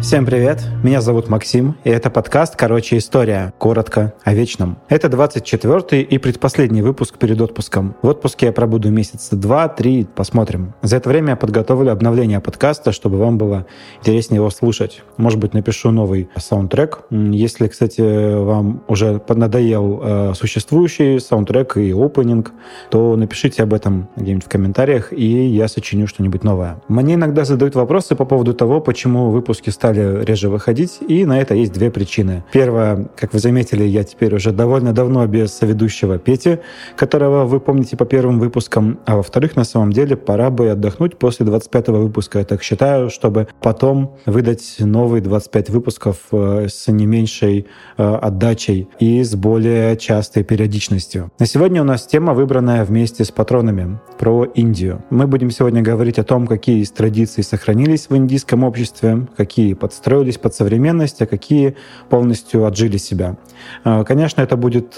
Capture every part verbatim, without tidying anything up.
Всем привет, меня зовут Максим, и это подкаст «Короче, история», коротко, о вечном. Это двадцать четвёртый и предпоследний выпуск перед отпуском. В отпуске я пробуду месяца два-три, посмотрим. За это время я подготовлю обновление подкаста, чтобы вам было интереснее его слушать. Может быть, напишу новый саундтрек. Если, кстати, вам уже надоел э, существующий саундтрек и опенинг, то напишите об этом где-нибудь в комментариях, и я сочиню что-нибудь новое. Мне иногда задают вопросы по поводу того, почему выпуски стали реже выходить, и на это есть две причины. Первая, как вы заметили, я теперь уже довольно давно без соведущего Пети, которого вы помните по первым выпускам, а во-вторых, на самом деле, пора бы отдохнуть после двадцать пятого выпуска, я так считаю, чтобы потом выдать новые двадцать пять выпусков с не меньшей отдачей и с более частой периодичностью. На сегодня у нас тема, выбранная вместе с патронами, про Индию. Мы будем сегодня говорить о том, какие из традиций сохранились в индийском обществе, какие подстроились под современность, а какие полностью отжили себя. Конечно, это будет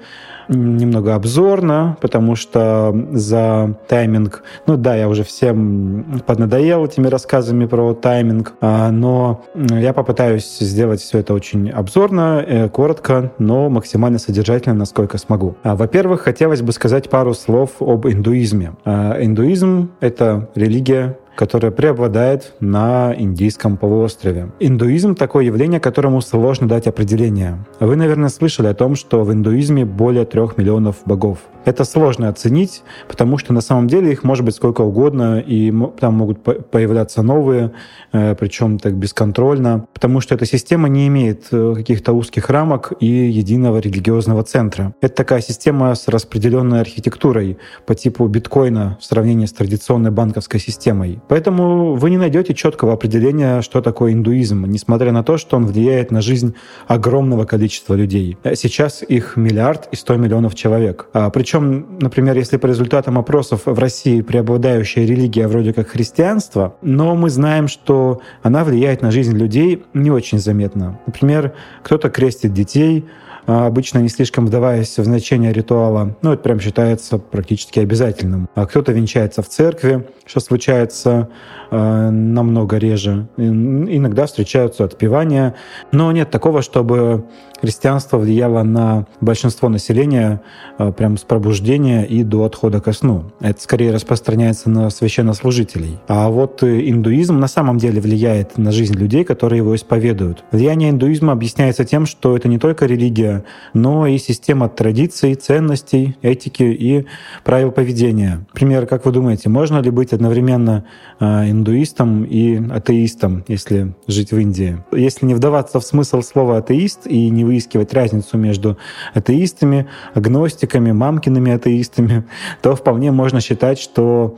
немного обзорно, потому что за тайминг, ну да, я уже всем поднадоел этими рассказами про тайминг, но я попытаюсь сделать все это очень обзорно, коротко, но максимально содержательно, насколько смогу. Во-первых, хотелось бы сказать пару слов об индуизме. Индуизм — это религия, которая преобладает на индийском полуострове. Индуизм — такое явление, которому сложно дать определение. Вы, наверное, слышали о том, что в индуизме более трех миллионов богов. Это сложно оценить, потому что на самом деле их может быть сколько угодно, и там могут появляться новые, причем так бесконтрольно, потому что эта система не имеет каких-то узких рамок и единого религиозного центра. Это такая система с распределенной архитектурой по типу биткоина в сравнении с традиционной банковской системой. Поэтому вы не найдете четкого определения, что такое индуизм, несмотря на то, что он влияет на жизнь огромного количества людей. Сейчас их миллиард и сто миллионов человек. Причем, например, если по результатам опросов в России преобладающая религия вроде как христианство, но мы знаем, что она влияет на жизнь людей не очень заметно. Например, кто-то крестит детей, обычно не слишком вдаваясь в значение ритуала, ну, это прям считается практически обязательным. А кто-то венчается в церкви, что случается э, намного реже. Иногда встречаются отпевания, но нет такого, чтобы христианство влияло на большинство населения э, прям с пробуждения и до отхода ко сну. Это скорее распространяется на священнослужителей. А вот индуизм на самом деле влияет на жизнь людей, которые его исповедуют. Влияние индуизма объясняется тем, что это не только религия, но и система традиций, ценностей, этики и правил поведения. Например, как вы думаете, можно ли быть одновременно индуистом и атеистом, если жить в Индии? Если не вдаваться в смысл слова «атеист» и не выискивать разницу между атеистами, агностиками, мамкиными атеистами, то вполне можно считать, что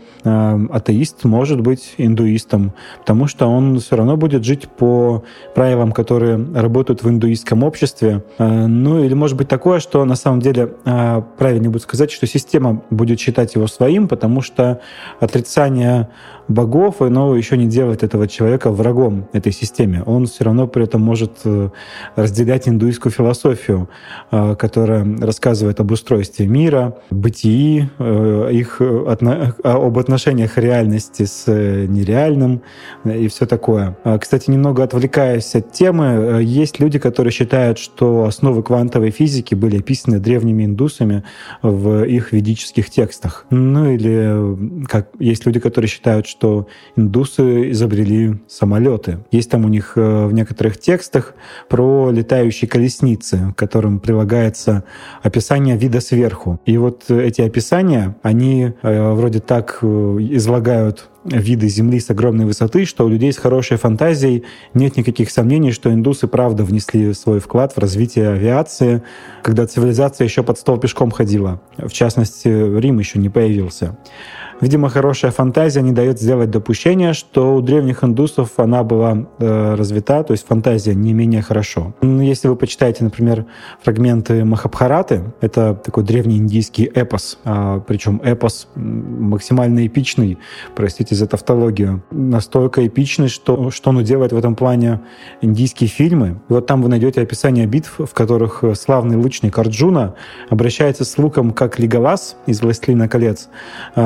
атеист может быть индуистом, потому что он все равно будет жить по правилам, которые работают в индуистском обществе. Ну или может быть такое, что на самом деле правильнее будет сказать, что система будет считать его своим, потому что отрицание богов, оно еще не делает этого человека врагом этой системе. Он все равно при этом может разделять индуистскую философию, которая рассказывает об устройстве мира, бытии, их отно... об отношениях реальности с нереальным и все такое. Кстати, немного отвлекаясь от темы, есть люди, которые считают, что основы квантовой физики были описаны древними индусами в их ведических текстах. Ну или как есть люди, которые считают, что индусы изобрели самолеты. Есть там у них в некоторых текстах про летающие колесницы, к которым прилагается описание вида сверху. И вот эти описания, они вроде так излагают виды Земли с огромной высоты, что у людей с хорошей фантазией нет никаких сомнений, что индусы правда внесли свой вклад в развитие авиации, когда цивилизация еще под стол пешком ходила. В частности, Рим еще не появился. Видимо, хорошая фантазия не дает сделать допущение, что у древних индусов она была э, развита, то есть фантазия не менее хорошо. Если вы почитаете, например, фрагменты Махабхараты, это такой древний индийский эпос, а, причем эпос максимально эпичный, простите за тавтологию, настолько эпичный, что, что он делает в этом плане индийские фильмы. И вот там вы найдете описание битв, в которых славный лучник Арджуна обращается с луком как Леголас из «Властелина колец», но к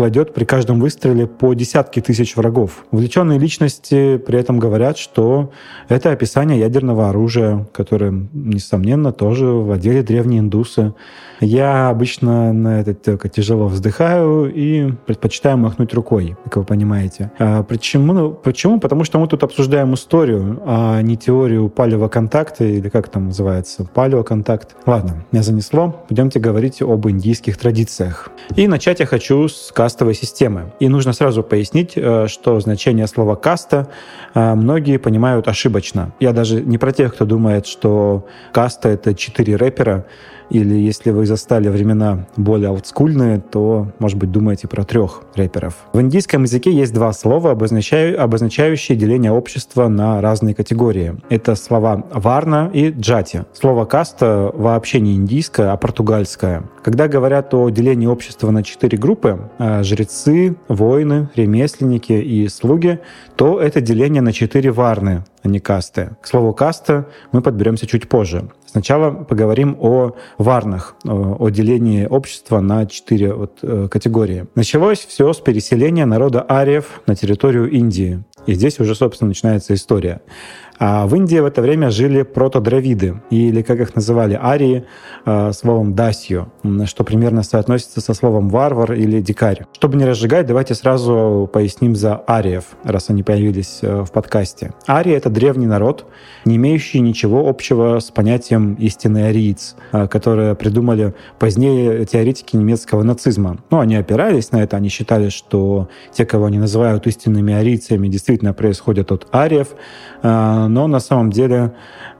кладет при каждом выстреле по десятки тысяч врагов. Увлеченные личности при этом говорят, что это описание ядерного оружия, которым, несомненно, тоже владели древние индусы. Я обычно на это только тяжело вздыхаю и предпочитаю махнуть рукой, как вы понимаете. А почему? Ну, почему? Потому что мы тут обсуждаем историю, а не теорию палеоконтакта, или как там называется, палеоконтакт. Ладно, меня занесло. Пойдемте говорить об индийских традициях. И начать я хочу с кастовой системы. И нужно сразу пояснить, что значение слова «каста» многие понимают ошибочно. Я даже не про тех, кто думает, что каста — это четыре рэпера, или если вы застали времена более олдскульные, то, может быть, думаете про трех рэперов. В индийском языке есть два слова, обозначаю, обозначающие деление общества на разные категории. Это слова «варна» и «джати». Слово «каста» вообще не индийское, а португальское. Когда говорят о делении общества на четыре группы — жрецы, воины, ремесленники и слуги — то это деление на четыре варны, а не касты. К слову «каста» мы подберемся чуть позже. Сначала поговорим о варнах, о делении общества на четыре вот, категории. Началось все с переселения народа ариев на территорию Индии. И здесь уже, собственно, начинается история. А в Индии в это время жили протодравиды, или, как их называли, арии, словом «дасью», что примерно соотносится со словом «варвар» или «дикарь». Чтобы не разжигать, давайте сразу поясним за ариев, раз они появились в подкасте. Арии — это древний народ, не имеющий ничего общего с понятием «истинный ариец», которое придумали позднее теоретики немецкого нацизма. Ну, они опирались на это, они считали, что те, кого они называют истинными арийцами, действительно происходят от ариев, но на самом деле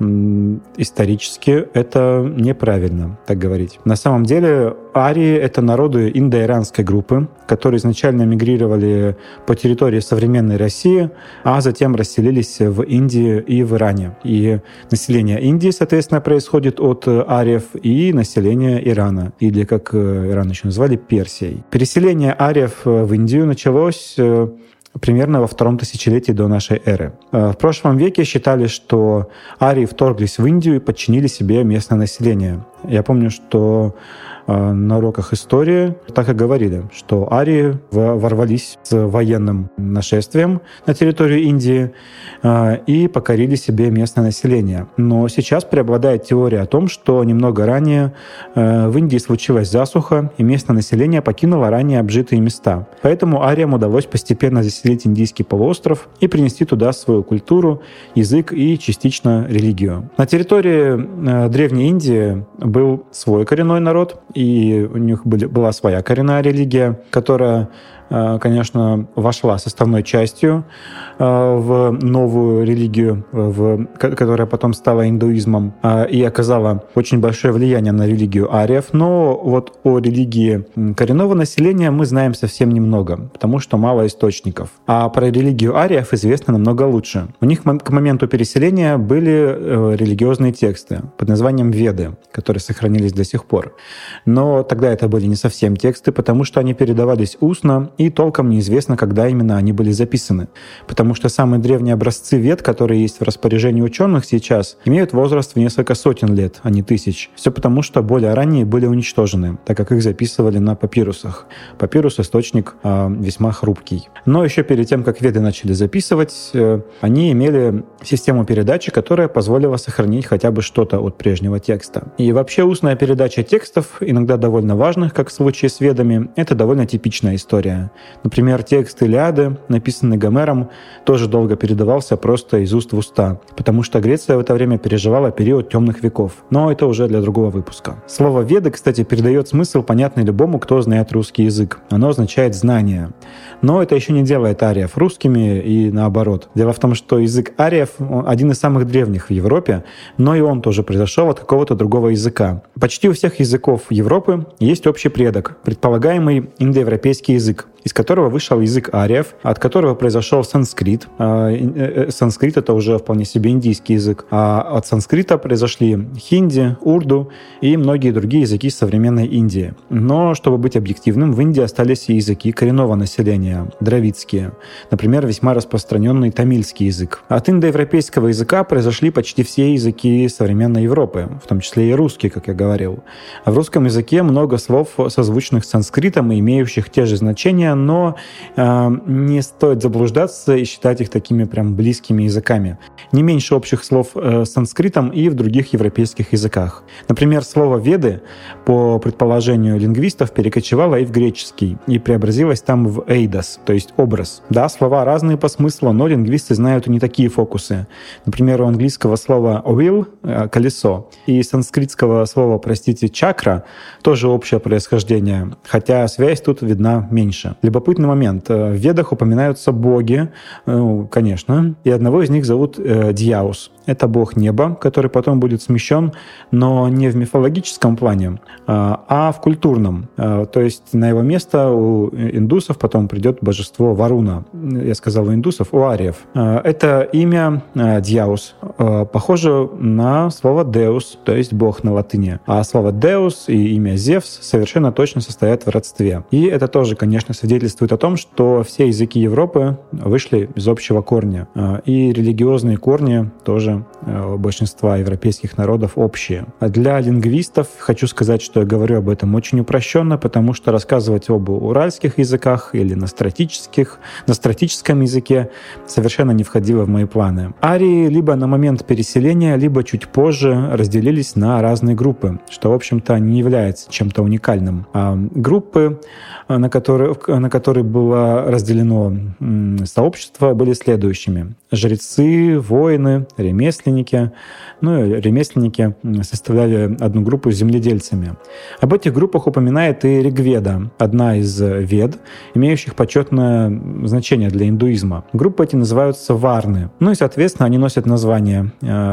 исторически это неправильно так говорить. На самом деле арии — это народы индоиранской группы, которые изначально мигрировали по территории современной России, а затем расселились в Индии и в Иране. И население Индии, соответственно, происходит от ариев, и население Ирана, или, как Иран еще назвали, Персией. Переселение ариев в Индию началось примерно во втором тысячелетии до нашей эры. В прошлом веке считали, что арии вторглись в Индию и подчинили себе местное население. Я помню, что на уроках истории так и говорили, что арии ворвались с военным нашествием на территорию Индии и покорили себе местное население. Но сейчас преобладает теория о том, что немного ранее в Индии случилась засуха, и местное население покинуло ранее обжитые места. Поэтому ариям удалось постепенно заселить индийский полуостров и принести туда свою культуру, язык и частично религию. На территории Древней Индии был свой коренной народ, и у них были, была своя коренная религия, которая, конечно, вошла составной частью в новую религию, в, которая потом стала индуизмом, и оказала очень большое влияние на религию ариев. Но вот о религии коренного населения мы знаем совсем немного, потому что мало источников. А про религию ариев известно намного лучше. У них к моменту переселения были религиозные тексты под названием Веды, которые сохранились до сих пор. Но тогда это были не совсем тексты, потому что они передавались устно, и толком неизвестно, когда именно они были записаны. Потому что самые древние образцы Вед, которые есть в распоряжении ученых сейчас, имеют возраст в несколько сотен лет, а не тысяч. Все потому, что более ранние были уничтожены, так как их записывали на папирусах. Папирус — источник э, весьма хрупкий. Но еще перед тем, как Веды начали записывать, э, они имели систему передачи, которая позволила сохранить хотя бы что-то от прежнего текста. И вообще устная передача текстов, иногда довольно важных, как в случае с Ведами, это довольно типичная история. Например, текст Илиады, написанный Гомером, тоже долго передавался просто из уст в уста, потому что Греция в это время переживала период темных веков. Но это уже для другого выпуска. Слово «веды», кстати, передает смысл, понятный любому, кто знает русский язык. Оно означает «знание». Но это еще не делает ариев русскими и наоборот. Дело в том, что язык ариев один из самых древних в Европе, но и он тоже произошел от какого-то другого языка. Почти у всех языков Европы есть общий предок, предполагаемый индоевропейский язык, из которого вышел язык ариев, от которого произошел санскрит. Санскрит — это уже вполне себе индийский язык. А от санскрита произошли хинди, урду и многие другие языки современной Индии. Но, чтобы быть объективным, в Индии остались и языки коренного населения, дравидские. Например, весьма распространенный тамильский язык. От индоевропейского языка произошли почти все языки современной Европы, в том числе и русский, как я говорил. В русском языке много слов, созвучных с санскритом и имеющих те же значения, значения, но э, не стоит заблуждаться и считать их такими прям близкими языками. Не меньше общих слов э, с санскритом и в других европейских языках. Например, слово «веды», по предположению лингвистов, перекочевало и в греческий, и преобразилось там в «эйдос», то есть «образ». Да, слова разные по смыслу, но лингвисты знают и не такие фокусы. Например, у английского слова «wheel» — «колесо», и санскритского слова, простите, «чакра» тоже общее происхождение, хотя связь тут видна меньше. Любопытный момент. В Ведах упоминаются боги, ну, конечно, и одного из них зовут э, Дьяус. Это бог неба, который потом будет смещен, но не в мифологическом плане, а в культурном. То есть на его место у индусов потом придет божество Варуна. Я сказал у индусов, у ариев. Это имя Дьяус похоже на слово Деус, то есть бог на латыни. А слово Деус и имя Зевс совершенно точно состоят в родстве. И это тоже, конечно, свидетельствует о том, что все языки Европы вышли из общего корня. И религиозные корни тоже у большинства европейских народов общие. А для лингвистов хочу сказать, что я говорю об этом очень упрощенно, потому что рассказывать об уральских языках или на стратических, на стратическом языке совершенно не входило в мои планы. Арии либо на момент переселения, либо чуть позже разделились на разные группы, что, в общем-то, не является чем-то уникальным. А группы, на которые, на которые было разделено сообщество, были следующими. Жрецы, воины, ремесленники. Ну и ремесленники составляли одну группу с земледельцами. Об этих группах упоминает и Ригведа, одна из вед, имеющих почетное значение для индуизма. Группы эти называются варны. Ну и, соответственно, они носят название.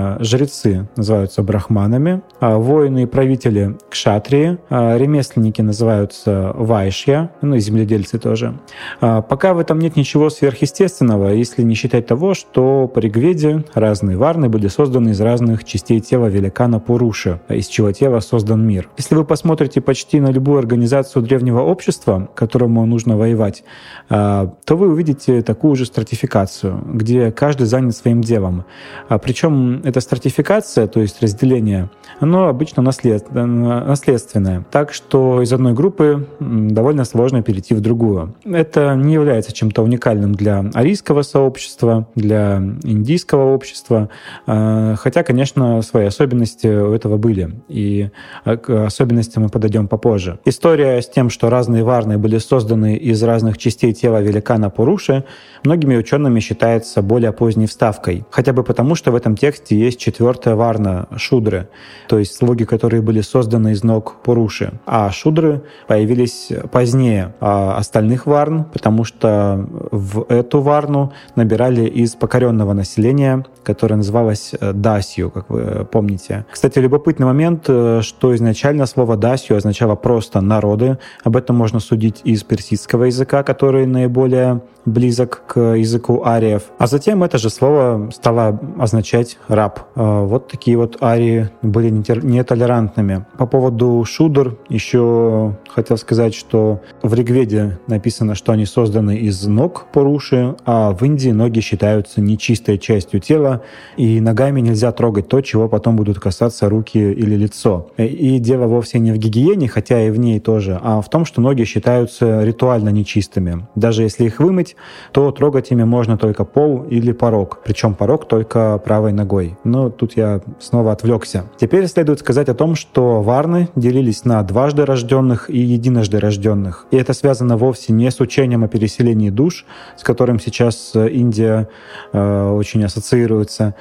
Жрецы называются брахманами, воины и правители — кшатрии, ремесленники называются вайшья, ну и земледельцы тоже. Пока в этом нет ничего сверхъестественного, если не считать того, что по Ригведе разные варны были созданы из разных частей тела великана Пуруши, из чего тела создан мир. Если вы посмотрите почти на любую организацию древнего общества, которому нужно воевать, то вы увидите такую же стратификацию, где каждый занят своим делом. Причем эта стратификация, то есть разделение, оно обычно наследственное. Так что из одной группы довольно сложно перейти в другую. Это не является чем-то уникальным для арийского сообщества, для индийского общества, хотя, конечно, свои особенности у этого были, и к особенностям мы подойдем попозже. История с тем, что разные варны были созданы из разных частей тела великана Пуруши, многими учеными считается более поздней вставкой, хотя бы потому, что в этом тексте есть четвертая варна — шудры, то есть слуги, которые были созданы из ног Пуруши, а шудры появились позднее остальных варн, потому что в эту варну набирали из покоренного населения, которое называлось дасью, как вы помните. Кстати, любопытный момент, что изначально слово дасью означало просто «народы». Об этом можно судить из персидского языка, который наиболее близок к языку ариев. А затем это же слово стало означать «раб». Вот такие вот арии были нетолерантными. По поводу шудр еще хотел сказать, что в Ригведе написано, что они созданы из ног Пуруши, а в Индии ноги считаются нечистой частью тела, и ногами нельзя трогать то, чего потом будут касаться руки или лицо. И дело вовсе не в гигиене, хотя и в ней тоже, а в том, что ноги считаются ритуально нечистыми. Даже если их вымыть, то трогать ими можно только пол или порог, причем порог только правой ногой. Но тут я снова отвлекся. Теперь следует сказать о том, что варны делились на дважды рожденных и единожды рожденных. И это связано вовсе не с учением о переселении душ, с которым сейчас Индия э, очень ассоциируется,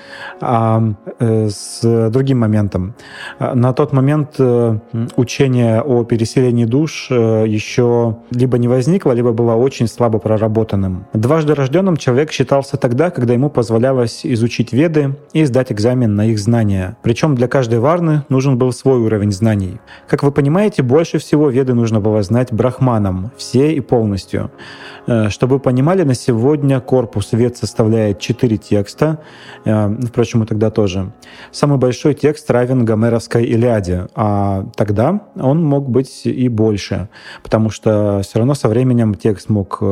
а э, с другим моментом. На тот момент э, учение о переселении душ э, еще либо не возникло, либо было очень слабо проработанным. Дважды рожденным человек считался тогда, когда ему позволялось изучить веды и сдать экзамен на их знания. Причем для каждой варны нужен был свой уровень знаний. Как вы понимаете, больше всего веды нужно было знать брахманам, все и полностью. Чтобы вы понимали, на сегодня корпус вед составляет четыре текста, впрочем, и тогда тоже. Самый большой текст равен Гомеровской Илиаде, а тогда он мог быть и больше, потому что все равно со временем текст мог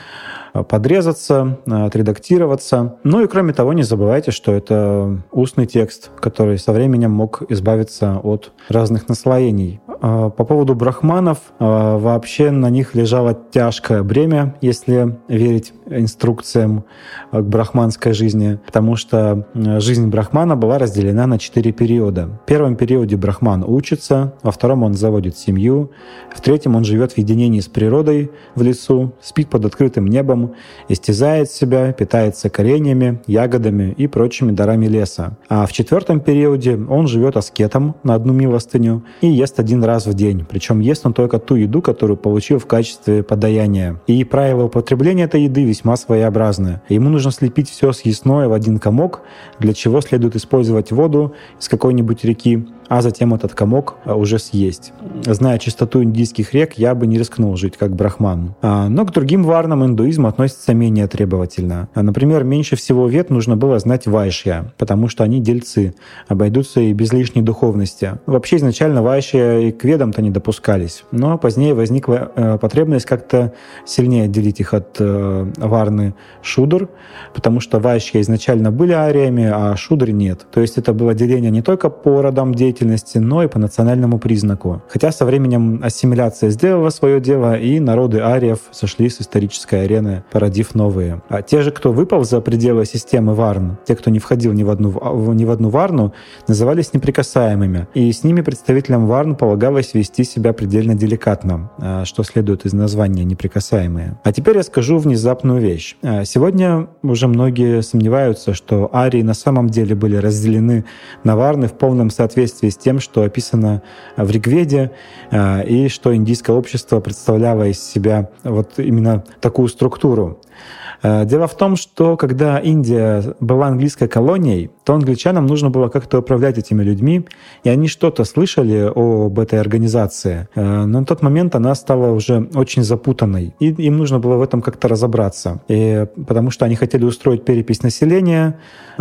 подрезаться, отредактироваться. Ну и кроме того, не забывайте, что это устный текст, который со временем мог избавиться от разных наслоений. По поводу брахманов, вообще на них лежало тяжкое бремя, если верить инструкциям к брахманской жизни, потому что жизнь брахмана была разделена на четыре периода. В первом периоде брахман учится, во втором он заводит семью, в третьем он живет в единении с природой в лесу, спит под открытым небом, истязает себя, питается кореньями, ягодами и прочими дарами леса. А в четвертом периоде он живет аскетом на одну милостыню и ест один раз в день. Причем ест он только ту еду, которую получил в качестве подаяния. И правила употребления этой еды весьма своеобразны. Ему нужно слепить все съестное в один комок, для чего следует использовать воду из какой-нибудь реки, а затем этот комок уже съесть. Зная чистоту индийских рек, я бы не рискнул жить как брахман. Но к другим варнам индуизм относится менее требовательно. Например, меньше всего вет нужно было знать вайшья, потому что они дельцы, обойдутся и без лишней духовности. Вообще изначально вайшья и к ведам-то не допускались, но позднее возникла потребность как-то сильнее отделить их от варны шудр, потому что вайшья изначально были ариями, а шудры нет. То есть это было деление не только по родам деятельности, но и по национальному признаку. Хотя со временем ассимиляция сделала свое дело, и народы ариев сошли с исторической арены, породив новые. А те же, кто выпал за пределы системы варн, те, кто не входил ни в одну, ни в одну варну, назывались неприкасаемыми. И с ними представителям варн полагалось вести себя предельно деликатно, что следует из названия «неприкасаемые». А теперь я скажу внезапную вещь. Сегодня уже многие сомневаются, что арии на самом деле были разделены на варны в полном соответствии с тем, что описано в Ригведе, и что индийское общество представляло из себя вот именно такую структуру. Дело в том, что когда Индия была английской колонией, то англичанам нужно было как-то управлять этими людьми, и они что-то слышали об этой организации. Но на тот момент она стала уже очень запутанной, и им нужно было в этом как-то разобраться. И потому что они хотели устроить перепись населения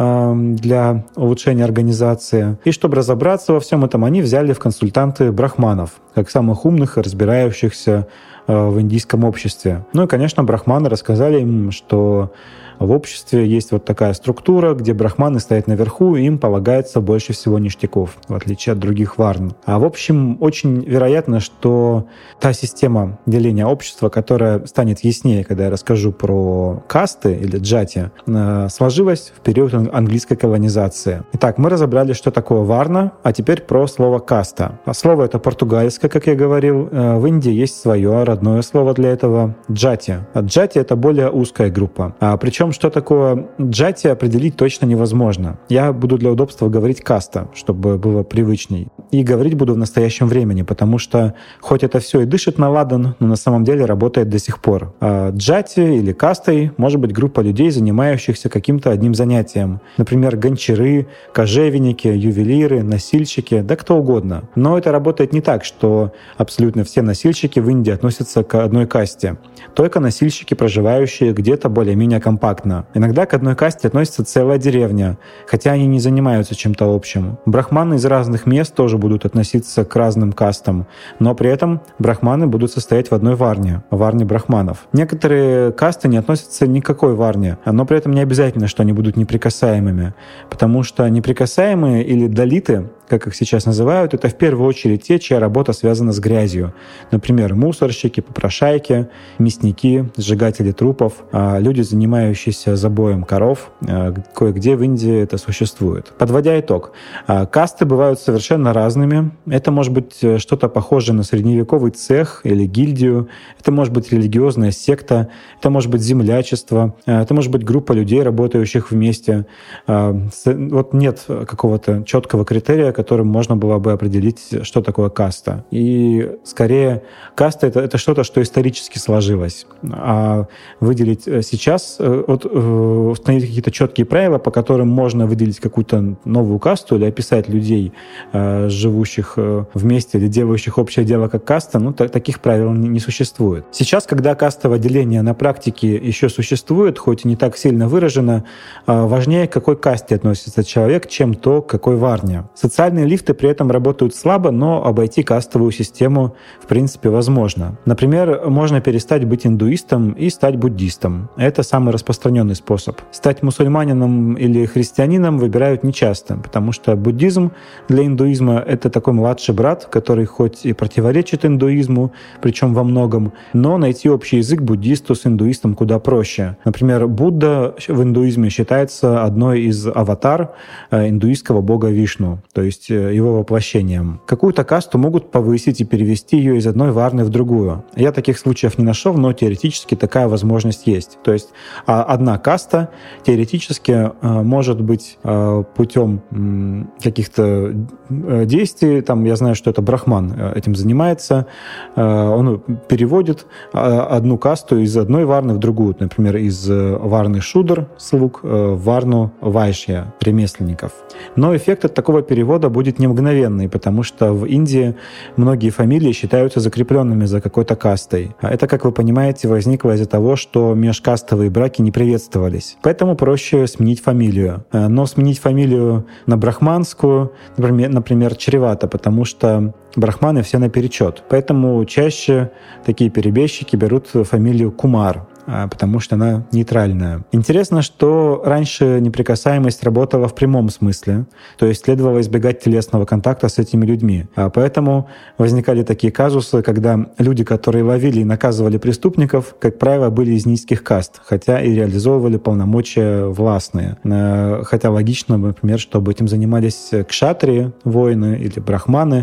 для улучшения организации. И чтобы разобраться во всем этом, они взяли в консультанты брахманов, как самых умных и разбирающихся в индийском обществе. Ну и, конечно, брахманы рассказали им, что в обществе есть вот такая структура, где брахманы стоят наверху, и им полагается больше всего ништяков, в отличие от других варн. А в общем, очень вероятно, что та система деления общества, которая станет яснее, когда я расскажу про касты или джати, сложилась в период английской колонизации. Итак, мы разобрали, что такое варна, а теперь про слово каста. А слово это португальское, как я говорил. В Индии есть свое родное слово для этого — джати. А джати — это более узкая группа. А причем что такое джати, определить точно невозможно. Я буду для удобства говорить каста, чтобы было привычней. И говорить буду в настоящем времени, потому что хоть это все и дышит на ладан, но на самом деле работает до сих пор. А джати или кастой может быть группа людей, занимающихся каким-то одним занятием. Например, гончары, кожевенники, ювелиры, носильщики, да кто угодно. Но это работает не так, что абсолютно все носильщики в Индии относятся к одной касте. Только носильщики, проживающие где-то более-менее компактно. Иногда к одной касте относится целая деревня, хотя они не занимаются чем-то общим. Брахманы из разных мест тоже будут относиться к разным кастам, но при этом брахманы будут состоять в одной варне, варне брахманов. Некоторые касты не относятся ни к какой варне, но при этом не обязательно, что они будут неприкасаемыми, потому что неприкасаемые или далиты, как их сейчас называют, это в первую очередь те, чья работа связана с грязью. Например, мусорщики, попрошайки, мясники, сжигатели трупов, люди, занимающиеся забоем коров. Кое-где в Индии это существует. Подводя итог, касты бывают совершенно разными. Это может быть что-то похожее на средневековый цех или гильдию. Это может быть религиозная секта. Это может быть землячество. Это может быть группа людей, работающих вместе. Вот нет какого-то четкого критерия, которым можно было бы определить, что такое каста. И скорее каста — это, это что-то, что исторически сложилось. А выделить сейчас, вот, установить какие-то четкие правила, по которым можно выделить какую-то новую касту или описать людей, живущих вместе или делающих общее дело как каста, ну, таких правил не существует. Сейчас, когда кастовое деление на практике еще существует, хоть и не так сильно выражено, важнее, к какой касте относится человек, чем то, к какой варне. Социальные Социальные лифты при этом работают слабо, но обойти кастовую систему в принципе возможно. Например, можно перестать быть индуистом и стать буддистом. Это самый распространенный способ. Стать мусульманином или христианином выбирают нечасто, потому что буддизм для индуизма — это такой младший брат, который хоть и противоречит индуизму, причем во многом, но найти общий язык буддисту с индуистом куда проще. Например, Будда в индуизме считается одной из аватар индуистского бога Вишну, то есть его воплощением. Какую-то касту могут повысить и перевести ее из одной варны в другую. Я таких случаев не нашел, но теоретически такая возможность есть. То есть одна каста теоретически может быть путем каких-то действий, там я знаю, что это брахман этим занимается, он переводит одну касту из одной варны в другую, например, из варны шудр, слуг, в варну вайшья, ремесленников. Но эффект от такого перевода будет не мгновенный, потому что в Индии многие фамилии считаются закрепленными за какой-то кастой. Это, как вы понимаете, возникло из-за того, что межкастовые браки не приветствовались. Поэтому проще сменить фамилию. Но сменить фамилию на брахманскую, например, например чревато, потому что брахманы все наперечет. Поэтому чаще такие перебежчики берут фамилию Кумар, потому что она нейтральная. Интересно, что раньше неприкасаемость работала в прямом смысле, то есть следовало избегать телесного контакта с этими людьми. Поэтому возникали такие казусы, когда люди, которые ловили и наказывали преступников, как правило, были из низких каст, хотя и реализовывали полномочия властные. Хотя логично, например, чтобы этим занимались кшатрии, воины или брахманы,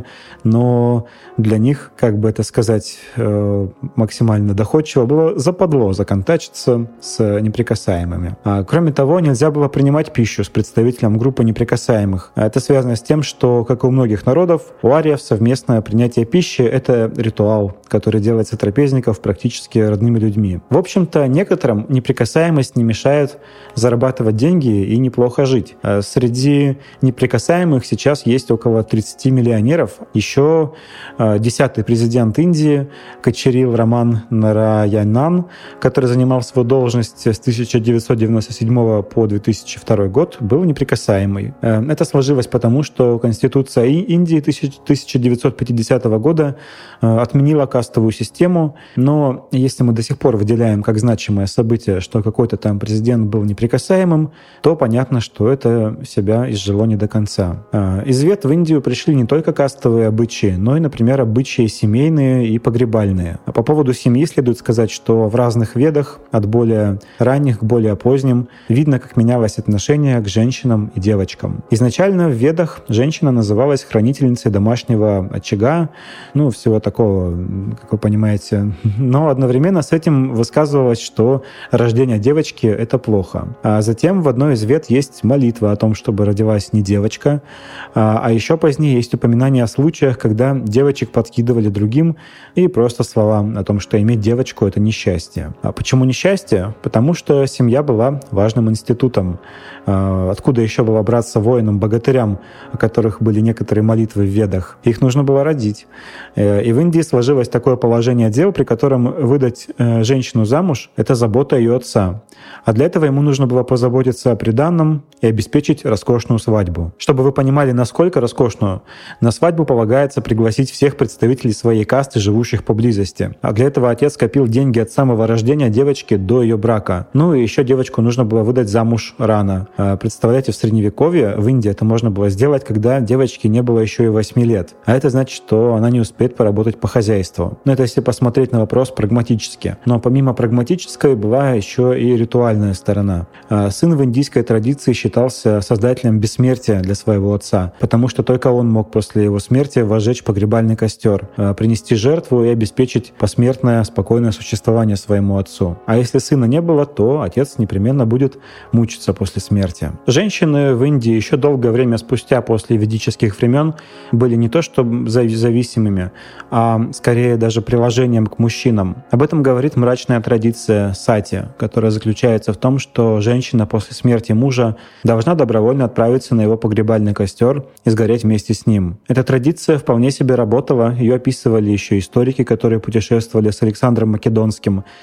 но для них, как бы это сказать максимально доходчиво, было западло законодательство контачиться с неприкасаемыми. А, кроме того, нельзя было принимать пищу с представителем группы неприкасаемых. Это связано с тем, что, как и у многих народов, у ариев совместное принятие пищи — это ритуал, который делается трапезников практически родными людьми. В общем-то, некоторым неприкасаемость не мешает зарабатывать деньги и неплохо жить. А среди неприкасаемых сейчас есть около тридцати миллионеров. Еще десятый президент Индии Качарил Раман Нараянан, который занимал свою должность с тысяча девятьсот девяносто седьмого по две тысячи второй год, был неприкасаемый. Это сложилось потому, что Конституция Индии тысяча девятьсот пятидесятого года отменила кастовую систему, но если мы до сих пор выделяем как значимое событие, что какой-то там президент был неприкасаемым, то понятно, что это себя изжило не до конца. Из вет в Индию пришли не только кастовые обычаи, но и, например, обычаи семейные и погребальные. По поводу семьи следует сказать, что в разных ведах, от более ранних к более поздним, видно, как менялось отношение к женщинам и девочкам. Изначально в ведах женщина называлась хранительницей домашнего очага, ну, всего такого, как вы понимаете. Но одновременно с этим высказывалось, что рождение девочки — это плохо. А затем в одной из вед есть молитва о том, чтобы родилась не девочка, а еще позднее есть упоминание о случаях, когда девочек подкидывали другим, и просто слова о том, что иметь девочку — это несчастье. А почему несчастье? Потому что семья была важным институтом. Откуда еще было браться воинам-богатырям, о которых были некоторые молитвы в ведах? Их нужно было родить. И в Индии сложилось такое положение дел, при котором выдать женщину замуж — это забота ее отца. А для этого ему нужно было позаботиться о приданном и обеспечить роскошную свадьбу. Чтобы вы понимали, насколько роскошную, на свадьбу полагается пригласить всех представителей своей касты, живущих поблизости. А для этого отец копил деньги от самого рождения девочки до ее брака. Ну и еще девочку нужно было выдать замуж рано. Представляете, в Средневековье в Индии это можно было сделать, когда девочке не было еще и восьми лет. А это значит, что она не успеет поработать по хозяйству. Но это если посмотреть на вопрос прагматически. Но помимо прагматической была еще и ритуальная сторона. Сын в индийской традиции считался создателем бессмертия для своего отца, потому что только он мог после его смерти возжечь погребальный костер, принести жертву и обеспечить посмертное спокойное существование своему отцу. А если сына не было, то отец непременно будет мучиться после смерти. Женщины в Индии еще долгое время спустя после ведических времен были не то что зависимыми, а скорее даже приложением к мужчинам. Об этом говорит мрачная традиция сати, которая заключается в том, что женщина после смерти мужа должна добровольно отправиться на его погребальный костер и сгореть вместе с ним. Эта традиция вполне себе работала, ее описывали еще историки, которые путешествовали с Александром Македонским, который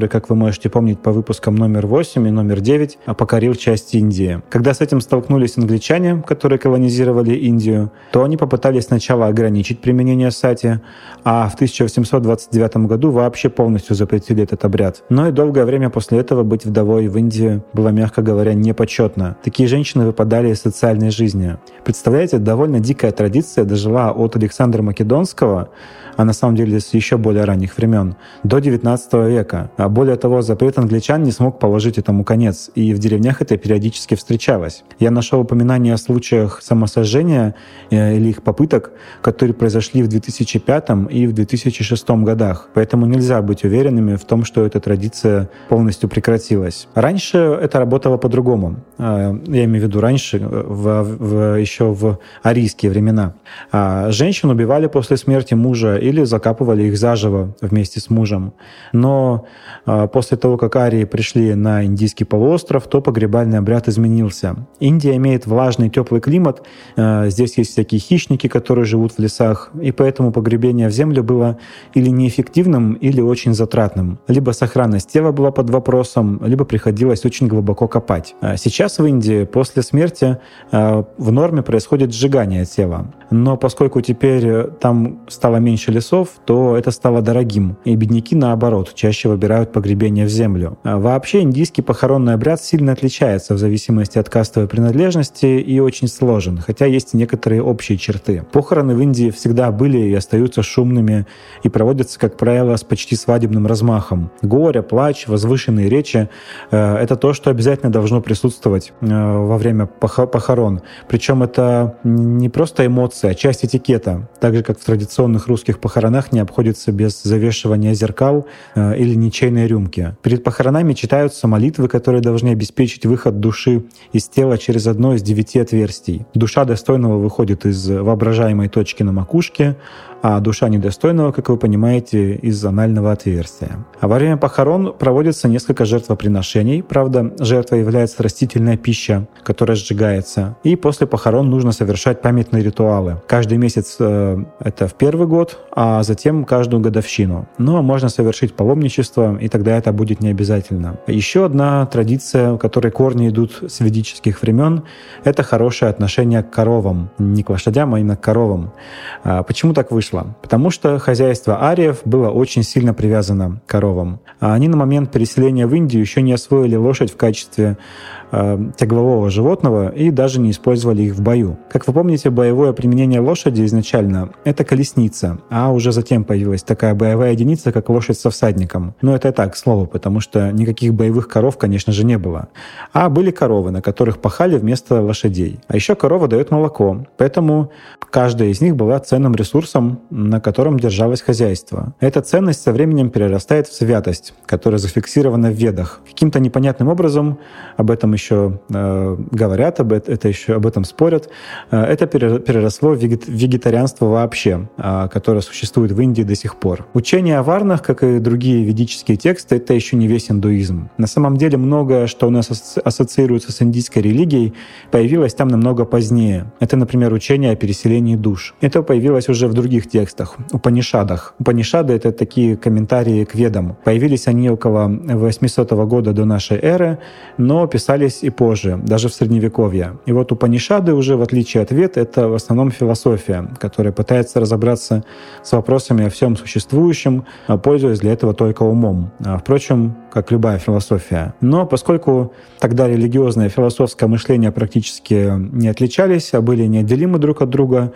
как вы можете помнить по выпускам номер восемь и номер девять, покорил часть Индии. Когда с этим столкнулись англичане, которые колонизировали Индию, то они попытались сначала ограничить применение сати, а в тысяча восемьсот двадцать девятом году вообще полностью запретили этот обряд. Но и долгое время после этого быть вдовой в Индии было, мягко говоря, непочетно. Такие женщины выпадали из социальной жизни. Представляете, довольно дикая традиция дожила от Александра Македонского, а на самом деле с еще более ранних времен, до девятнадцатого века. А более того, запрет англичан не смог положить этому конец, и в деревнях это периодически встречалось. Я нашел упоминания о случаях самосожжения э, или их попыток, которые произошли в две тысячи пятом и в две тысячи шестом годах. Поэтому нельзя быть уверенными в том, что эта традиция полностью прекратилась. Раньше это работало по-другому. Э, я имею в виду раньше, в, в, еще в арийские времена. Э, женщин убивали после смерти мужа или закапывали их заживо вместе с мужем. Но э, после того, как арии пришли на Индийский полуостров, то погребальный обряд изменился. Индия имеет влажный теплый климат, э, здесь есть всякие хищники, которые живут в лесах, и поэтому погребение в землю было или неэффективным, или очень затратным. Либо сохранность тела была под вопросом, либо приходилось очень глубоко копать. Сейчас в Индии после смерти э, в норме происходит сжигание тела. Но поскольку теперь там стало меньше лесов, то это стало дорогим. И бедняки, наоборот, чаще выбирают погребение в землю. А вообще индийский похоронный обряд сильно отличается в зависимости от кастовой принадлежности и очень сложен, хотя есть и некоторые общие черты. Похороны в Индии всегда были и остаются шумными и проводятся, как правило, с почти свадебным размахом. Горе, плач, возвышенные речи — это то, что обязательно должно присутствовать во время похорон. Причем это не просто эмоции, а часть этикета. Так же, как в традиционных русских похоронах не обходится без завешивания зеркал э, или ничейной рюмки. Перед похоронами читаются молитвы, которые должны обеспечить выход души из тела через одно из девяти отверстий. Душа достойного выходит из воображаемой точки на макушке, а душа недостойного, как вы понимаете, из анального отверстия. А во время похорон проводится несколько жертвоприношений. Правда, жертва является растительная пища, которая сжигается. И после похорон нужно совершать памятные ритуалы. Каждый месяц э, это в первый год, а затем каждую годовщину. Но можно совершить паломничество, и тогда это будет не обязательно. Еще одна традиция, у которой корни идут с ведических времен, это хорошее отношение к коровам. Не к лошадям, а именно к коровам. А почему так вышло? Потому что хозяйство ариев было очень сильно привязано к коровам. А они на момент переселения в Индию еще не освоили лошадь в качестве э, тяглового животного и даже не использовали их в бою. Как вы помните, боевое применение лошади изначально — это колесница, а уже затем появилась такая боевая единица, как лошадь со всадником. Но это и так, к слову, потому что никаких боевых коров, конечно же, не было. А были коровы, на которых пахали вместо лошадей. А еще корова дает молоко, поэтому каждая из них была ценным ресурсом, на котором держалось хозяйство. Эта ценность со временем перерастает в святость, которая зафиксирована в Ведах. Каким-то непонятным образом, об этом еще э, говорят, об, это еще, об этом спорят, э, это переросло в вегетарианство вообще, э, которое существует в Индии до сих пор. Учение о варнах, как и другие ведические тексты, это еще не весь индуизм. На самом деле многое, что у нас ассоциируется с индийской религией, появилось там намного позднее. Это, например, учение о переселении душ. Это появилось уже в других текстах, Упанишадах. Упанишады — это такие комментарии к Ведам. Появились они около восьмисотого года до нашей эры, но писались и позже, даже в Средневековье. И вот Упанишады уже, в отличие от Вед, это в основном философия, которая пытается разобраться с вопросами о всем существующем, пользуясь для этого только умом. Впрочем, как любая философия. Но поскольку тогда религиозное и философское мышление практически не отличались, а были неотделимы друг от друга,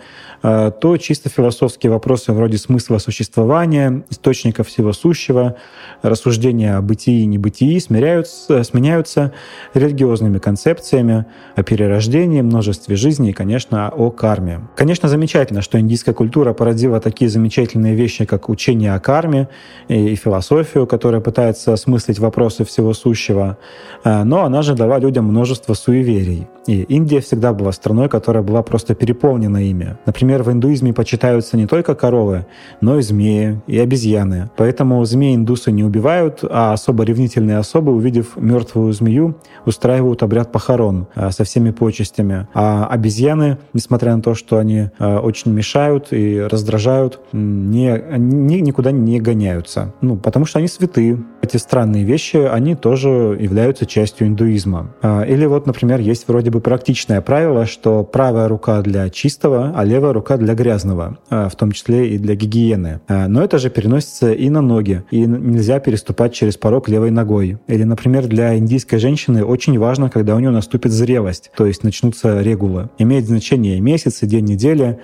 то чисто философские вопросы вроде смысла существования, источника всего сущего, рассуждения о бытии и небытии сменяются, сменяются религиозными концепциями о перерождении, множестве жизней и, конечно, о карме. Конечно, замечательно, что индийская культура породила такие замечательные вещи, как учение о карме и философию, которая пытается осмыслить вопросы всего сущего, но она же дала людям множество суеверий. И Индия всегда была страной, которая была просто переполнена ими. Например, в индуизме почитаются не только коровы, но и змеи, и обезьяны. Поэтому змеи индусы не убивают, а особо ревнительные особы, увидев мертвую змею, устраивают обряд похорон со всеми почестями. А обезьяны, несмотря на то, что они очень мешают и раздражают, не, ни, никуда не гоняются. Ну, потому что они святые. Эти странные вещи, они тоже являются частью индуизма. Или вот, например, есть вроде бы практичное правило, что правая рука для чистого, а левая рука для грязного, в том числе и для гигиены. Но это же переносится и на ноги, и нельзя переступать через порог левой ногой. Или, например, для индийской женщины очень важно, когда у нее наступит зрелость, то есть начнутся регулы. Имеет значение месяц и день недели,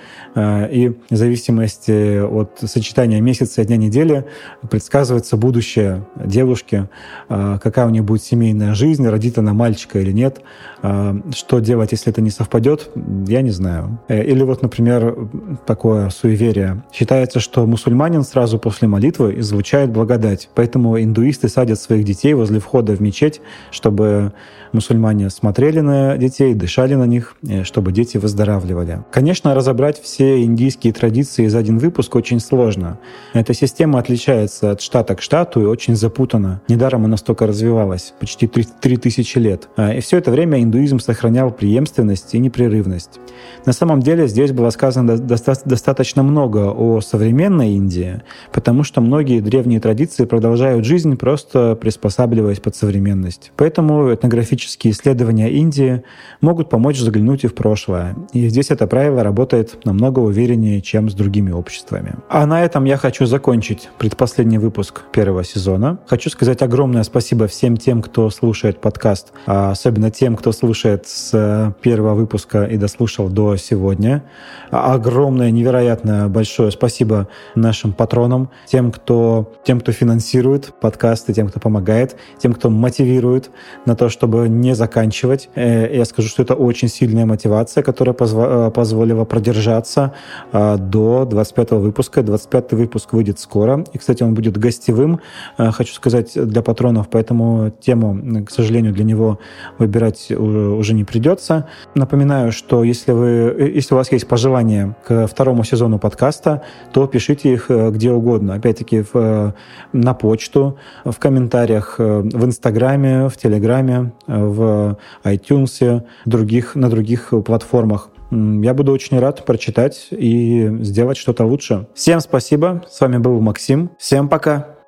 и в зависимости от сочетания месяца и дня недели предсказывается будущее девушки, какая у нее будет семейная жизнь, родит она мальчика или нет, что делать, если это не совпадет, я не знаю. Или вот, например, такое суеверие. Считается, что мусульманин сразу после молитвы излучает благодать, поэтому индуисты садят своих детей возле входа в мечеть, чтобы мусульмане смотрели на детей, дышали на них, чтобы дети выздоравливали. Конечно, разобрать все индийские традиции за один выпуск очень сложно. Эта система отличается от штата к штату и очень запутана. Недаром она столько развивалась, почти три тысячи лет. И все это время индуизм сохранял преемственность и непрерывность. На самом деле здесь было сказано доста- достаточно много о современной Индии, потому что многие древние традиции продолжают жизнь, просто приспосабливаясь под современность. Поэтому этнографические исследования Индии могут помочь заглянуть и в прошлое. И здесь это правило работает намного увереннее, чем с другими обществами. А на этом я хочу закончить предпоследний выпуск первого сезона. Хочу сказать огромное спасибо всем тем, кто слушает подкаст, особенно тем, кто слушает с первого выпуска и дослушал до сегодня. Огромное, невероятно большое спасибо нашим патронам, тем, кто, тем, кто финансирует подкасты, тем, кто помогает, тем, кто мотивирует на то, чтобы не заканчивать. Я скажу, что это очень сильная мотивация, которая позво- позволила продержаться до двадцать пятого выпуска. двадцать пятый выпуск выйдет скоро. И, кстати, он будет гостевым, хочу сказать, для патронов, поэтому тему, к сожалению, для него выбирать уже не придется. Напоминаю, что если, вы, если у вас есть пожелания к второму сезону подкаста, то пишите их где угодно. Опять-таки в, на почту, в комментариях в Инстаграме, в Телеграме, в iTunes, других, на других платформах. Я буду очень рад прочитать и сделать что-то лучше. Всем спасибо. С вами был Максим. Всем пока.